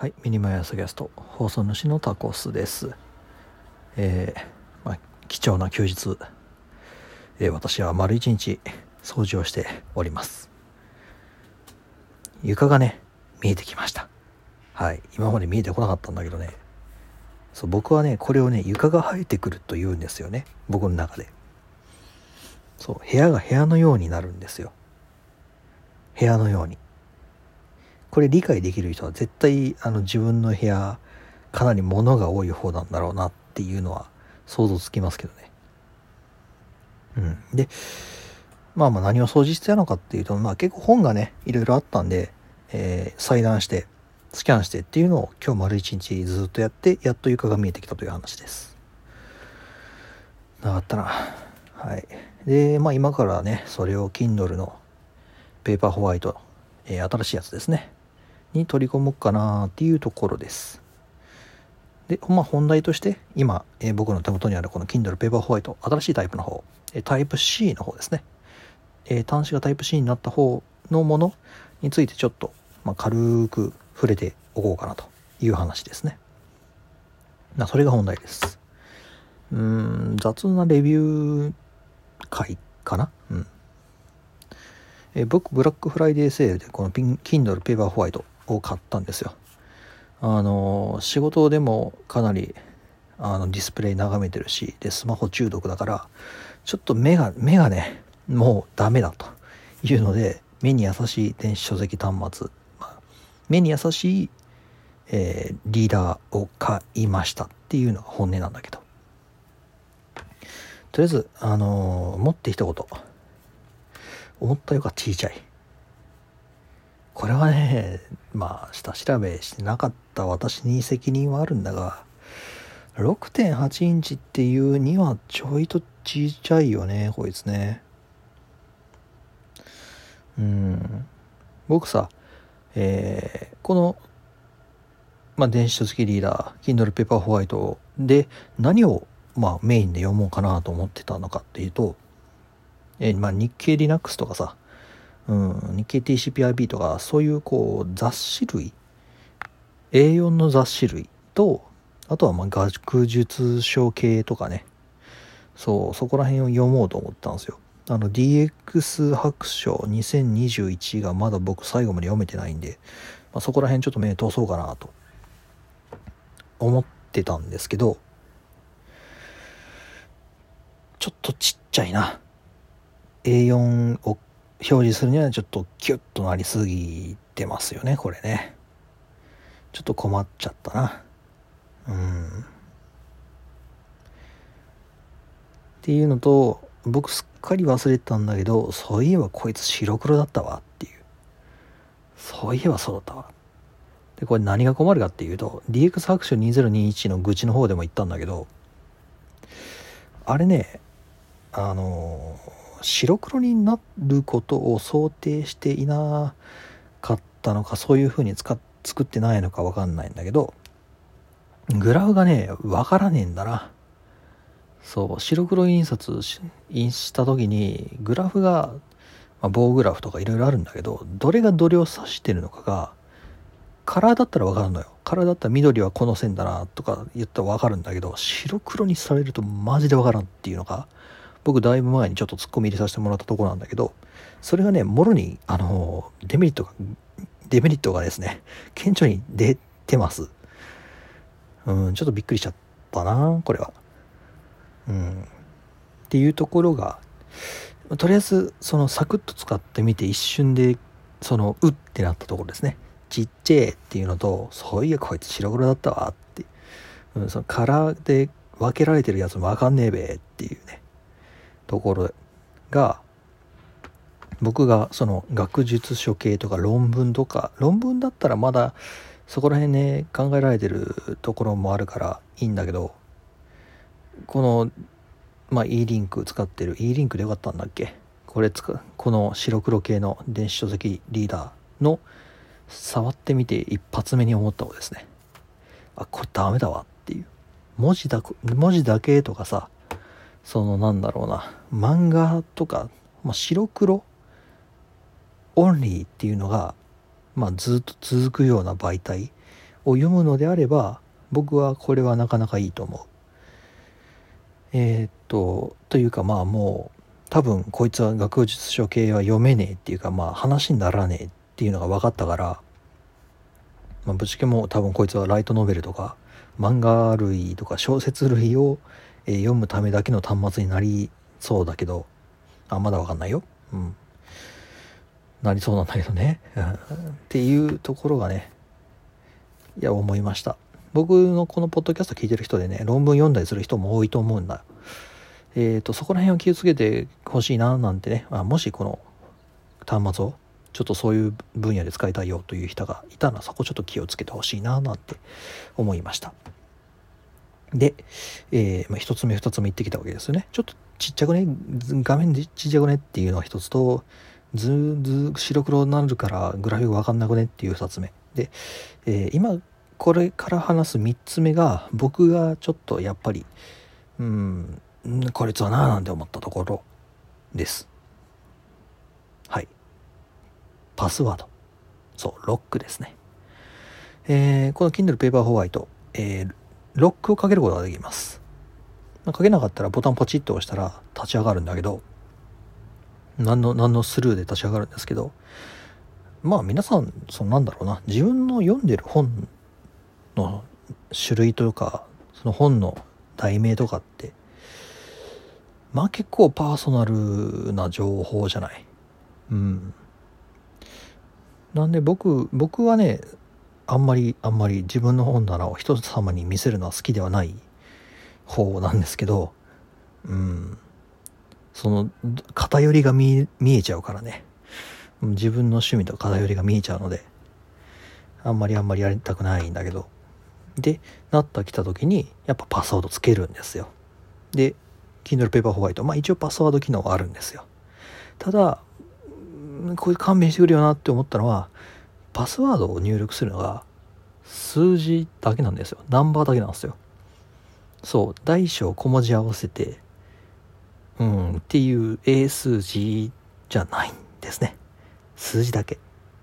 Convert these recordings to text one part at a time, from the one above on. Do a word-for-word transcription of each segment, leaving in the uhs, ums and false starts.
はい、ミニマイアスゲスト放送主のタコスです。えーまあ、貴重な休日、えー、私は丸一日掃除をしております。床がね見えてきました。はい、今まで見えてこなかったんだけどね、そう僕はねこれをね床が生えてくると言うんですよね。僕の中でそう部屋が部屋のようになるんですよ。部屋のようにこれ理解できる人は絶対あの自分の部屋かなり物が多い方なんだろうなっていうのは想像つきますけどね。うん、でまあまあ何を掃除してたのかっていうと、まあ結構本がねいろいろあったんで、えー、裁断してスキャンしてっていうのを今日丸一日ずっとやって、やっと床が見えてきたという話です。なかったな。はい。でまあ今からねそれを Kindle のペーパーホワイト、えー、新しいやつですねに取り込もうかなっていうところです。で、まあ、本題として今、えー、僕の手元にあるこの Kindle ペーパーホワイト新しいタイプの方、えー、タイプ C の方ですね、えー、端子がタイプ C になった方のものについてちょっと、まあ、軽く触れておこうかなという話ですね。まあ、それが本題です。うーん雑なレビュー会かな。うんえー、僕ブラックフライデーセールでこの Kindle ペーパーホワイトを買ったんですよ。あの仕事でもかなりあのディスプレイ眺めてるし、でスマホ中毒だからちょっと目が目がねもうダメだというので、目に優しい電子書籍端末、まあ、目に優しい、えー、リーダーを買いましたっていうのが本音なんだけど、とりあえずあのー、持って一言思ったより小さい。これはねまあ下調べしてなかった私に責任はあるんだが、 ろくてんはち インチっていうにはちょいと小さいよねこいつね。うん僕さ、えー、この、まあ、電子書籍リーダー Kindle ペーパーホワイトで何を、まあ、メインで読もうかなと思ってたのかっていうと、えーまあ、日経 Linux とかさ、うん、日経 ティーシーピーアイビー とかそういうこう雑誌類 エーよん の雑誌類と、あとはまあ学術書系とかね、そうそこら辺を読もうと思ったんですよ。あの ディーエックス 白書にせんにじゅういちがまだ僕最後まで読めてないんで、まあ、そこら辺ちょっと目通そうかなと思ってたんですけど、ちょっとちっちゃいな。 エーよん を表示するにはちょっとキュッとなりすぎてますよねこれね。ちょっと困っちゃったな。うんっていうのと、僕すっかり忘れてたんだけど、そういえばこいつ白黒だったわっていう、そういえばそうだったわ。でこれ何が困るかっていうと ディーエックス 白書にせんにじゅういちの愚痴の方でも言ったんだけど、あれねあの白黒になることを想定していなかったのか、そういう風に使っ作ってないのか分かんないんだけど、グラフがね分からねえんだな。そう白黒印刷しした時にグラフが、まあ、棒グラフとかいろいろあるんだけど、どれがどれを指してるのかがカラーだったら分かるのよ。カラーだったら緑はこの線だなとか言ったら分かるんだけど、白黒にされるとマジで分からんっていうのが、僕だいぶ前にちょっとツッコミ入れさせてもらったところなんだけど、それがねもろにあのデメリットがデメリットがですね顕著に出てます。うんちょっとびっくりしちゃったなこれは。うんっていうところが、とりあえずそのサクッと使ってみて一瞬でそのうってなったところですね。ちっちゃいっていうのと、そういやこいつ白黒だったわって、うん、そのカラーで分けられてるやつも分かんねえべっていうねところが、僕がその学術書系とか論文とか、論文だったらまだそこら辺ね考えられてるところもあるからいいんだけど、このまあ e リンク使ってる e リンクでよかったんだっけ、これ使うこの白黒系の電子書籍リーダーの触ってみて一発目に思ったことですね。あこれダメだわっていう。文字だ文字だけとかさ、そのなんだろうな漫画とか、まあ、白黒オンリーっていうのが、まあ、ずっと続くような媒体を読むのであれば、僕はこれはなかなかいいと思う。えー、っとというかまあもう多分こいつは学術書系は読めねえっていうか、まあ話にならねえっていうのが分かったから、まあ、ぶっちゃけも多分こいつはライトノベルとか漫画類とか小説類を、えー、読むためだけの端末になりそうだけど、あまだ分かんないよ。うんなりそうなんだけどねっていうところがね、いや思いました。僕のこのポッドキャスト聞いてる人でね、論文読んだりする人も多いと思うんだ。えっとそこら辺を気をつけてほしいななんてね、あもしこの端末をちょっとそういう分野で使いたいよという人がいたら、そこちょっと気をつけてほしいななんて思いました。で、えーまあ、一つ目二つ目言ってきたわけですよね。ちょっとちっちゃくね、画面でちっちゃくねっていうのが一つと、ずーず白黒になるからグラフィック分かんなくねっていう二つ目で、えー、今これから話す三つ目が僕がちょっとやっぱりうんこいつはなーなんて思ったところです。はい、パスワード、そうロックですね。えー、この Kindle Paperwhite、えー、ロックをかけることができます。まあ、かけなかったらボタンポチッと押したら立ち上がるんだけど、何の何のスルーで立ち上がるんですけど、まあ皆さんそのなんだろうな、自分の読んでる本の種類というかその本の題名とかってまあ結構パーソナルな情報じゃない。うんなんで僕僕はね、あんまりあんまり自分の本棚を人様に見せるのは好きではない方なんですけど、うんその偏りが 見, 見えちゃうからね、自分の趣味と偏りが見えちゃうので、あんまりあんまりやりたくないんだけど、でなった来た時にやっぱパスワードつけるんですよ。で Kindle Paperwhite、まあ一応パスワード機能はあるんですよ。ただこれ勘弁してくれよなって思ったのは、パスワードを入力するのが数字だけなんですよ。ナンバーだけなんですよ。そう大小小文字合わせてうんっていう英数字じゃないんですね。数字だけ。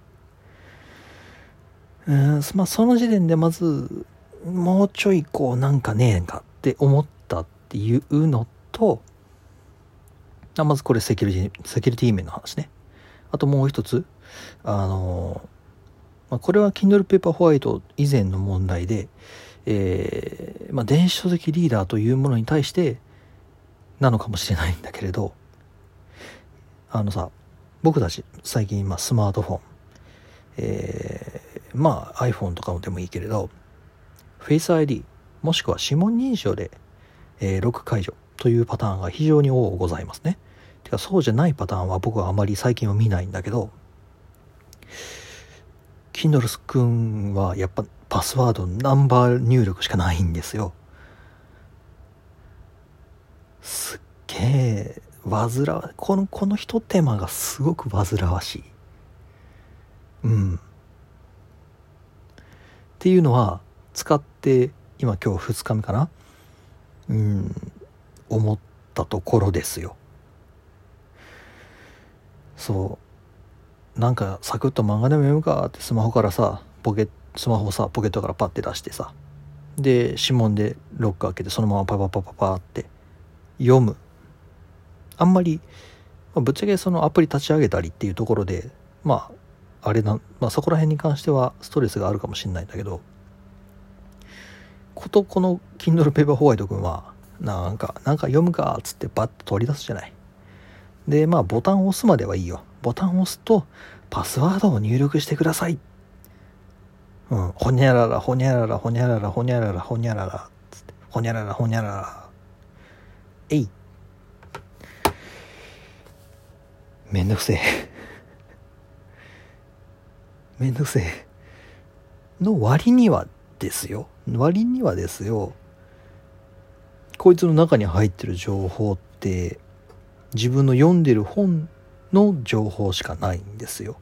うんまあその時点でまずもうちょいこうなんかねえかって思ったっていうのと、あまずこれセキュリティセキュリティ面の話ね。あともう一つ、あのまあ、これは Kindle Paperwhite 以前の問題で、えーまあ、電子書籍リーダーというものに対してなのかもしれないんだけれど、あのさ、僕たち最近まあスマートフォン、えー、まあ iPhone とかでもいいけれど Face アイディー もしくは指紋認証で、えー、ロック解除というパターンが非常に多くございますね。てかそうじゃないパターンは僕はあまり最近は見ないんだけど、 Kindle 君はやっぱパスワードナンバー入力しかないんですよ。すっげえ煩わこのこの一手間がすごく煩わしい。うんっていうのは使って今今日ふつかめかな、うん思ったところですよ。そうなんかサクッと漫画でも読むかってスマホからさポケスマホをさポケットからパッて出してさ、で指紋でロック開けてそのままパパパパパって読む。あんまり、まあ、ぶっちゃけそのアプリ立ち上げたりっていうところでまああれな、まあ、そこら辺に関してはストレスがあるかもしれないんだけど、ことこの Kindle Paperwhite 君はなんかなんか読むかっつってバッと取り出すじゃない。でまあボタンを押すまではいいよ。ボタンを押すとパスワードを入力してください。うん、ほにゃららほにゃららほにゃららほにゃららほにゃららつってほにゃららほにゃららえいめんどくせえめんどくせえの割にはですよ割にはですよこいつの中に入ってる情報って自分の読んでる本の情報しかないんですよ。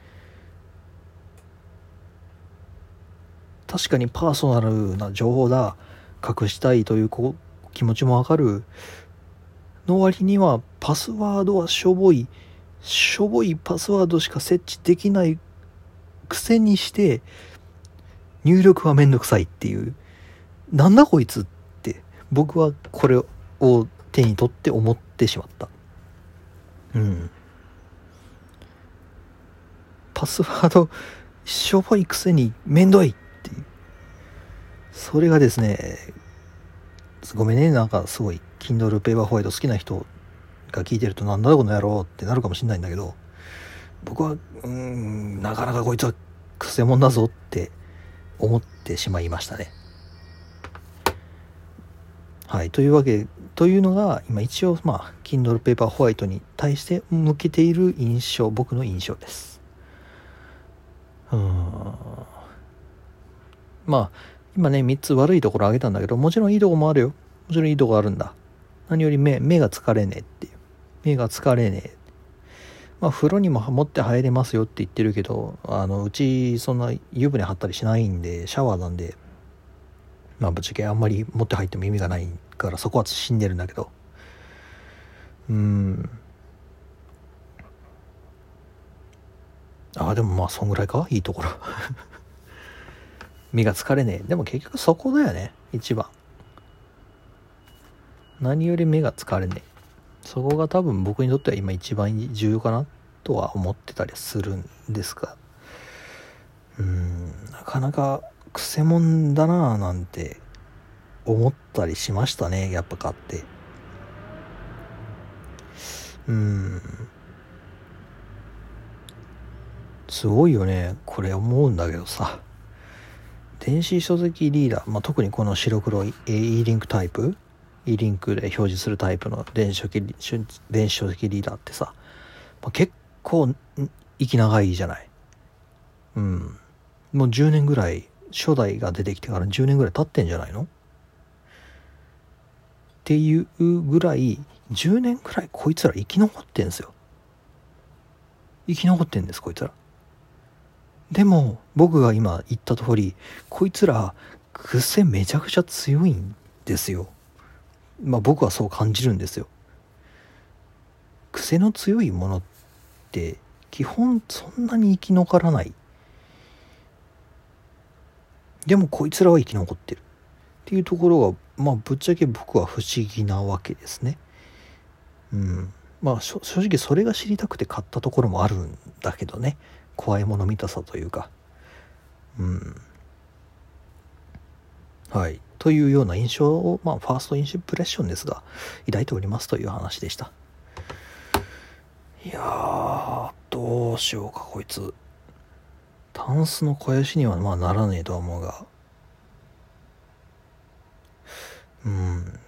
確かにパーソナルな情報だ隠したいというこ気持ちもわかるの割にはパスワードはしょぼいしょぼいパスワードしか設置できないくせにして入力はめんどくさいっていう、なんだこいつって僕はこれを手に取って思ってしまった。うん。パスワードしょぼいくせにめんどいっていう。それがですね、ごめんね、なんかすごい Kindle Paperwhite 好きな人が聞いてるとなんだこの野郎ってなるかもしれないんだけど、僕はうーんなかなかこいつはくせ者だぞって思ってしまいましたね。はい、というわけというのが今一応まあ Kindle Paperwhite に対して向けている印象、僕の印象です。うーんまあ今ねみっつ悪いところあげたんだけど、もちろんいいところもあるよ。もちろんいいとこあるんだ。何より目目が疲れねえっていう。目が疲れねえ。まあ風呂にも持って入れますよって言ってるけど、あのうちそんな湯船張ったりしないんで、シャワーなんで、まあぶっちゃけあんまり持って入っても意味がないからそこは死んでるんだけど、うーんああでもまあそんぐらいか、いいところ目が疲れねえ。でも結局そこだよね、一番。何より目が疲れねえ。そこが多分僕にとっては今一番重要かなとは思ってたりするんですが、うーんなかなかくせ者だなぁなんて思ったりしましたね、やっぱ買って。うーんすごいよね、これ思うんだけどさ、電子書籍リーダー、まあ、特にこの白黒 e リンクタイプ e リンクで表示するタイプの電子書籍電子書籍リーダーってさ、まあ、結構息長いじゃない。うんもうじゅうねんぐらい、初代が出てきてからじゅうねんぐらい経ってんじゃないのっていうぐらい、じゅうねんぐらいこいつら生き残ってんすよ。生き残ってんですこいつら。でも僕が今言った通り、こいつら癖めちゃくちゃ強いんですよ。まあ僕はそう感じるんですよ。癖の強いものって基本そんなに生き残らない。でもこいつらは生き残ってるっていうところが、まあぶっちゃけ僕は不思議なわけですね。うんまあ正直それが知りたくて買ったところもあるんだけどね。怖いもの見たさというか、うんはいというような印象を、まあファーストインプレッションですが抱いておりますという話でした。いやーどうしようかこいつ。タンスの肥やしにはまあならねえとは思うが、うん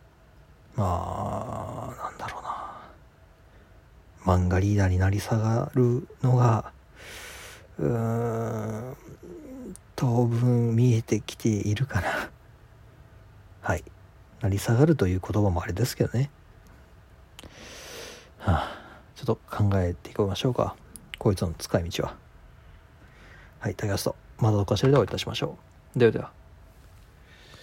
まあなんだろうな、漫画リーダーになり下がるのがうーん当分見えてきているかな。はいなり下がるという言葉もあれですけどね、はあ、ちょっと考えていきましょうか、こいつの使い道は。はい、タキャストまたどっかしらでお会いいたしましょう。ではでは。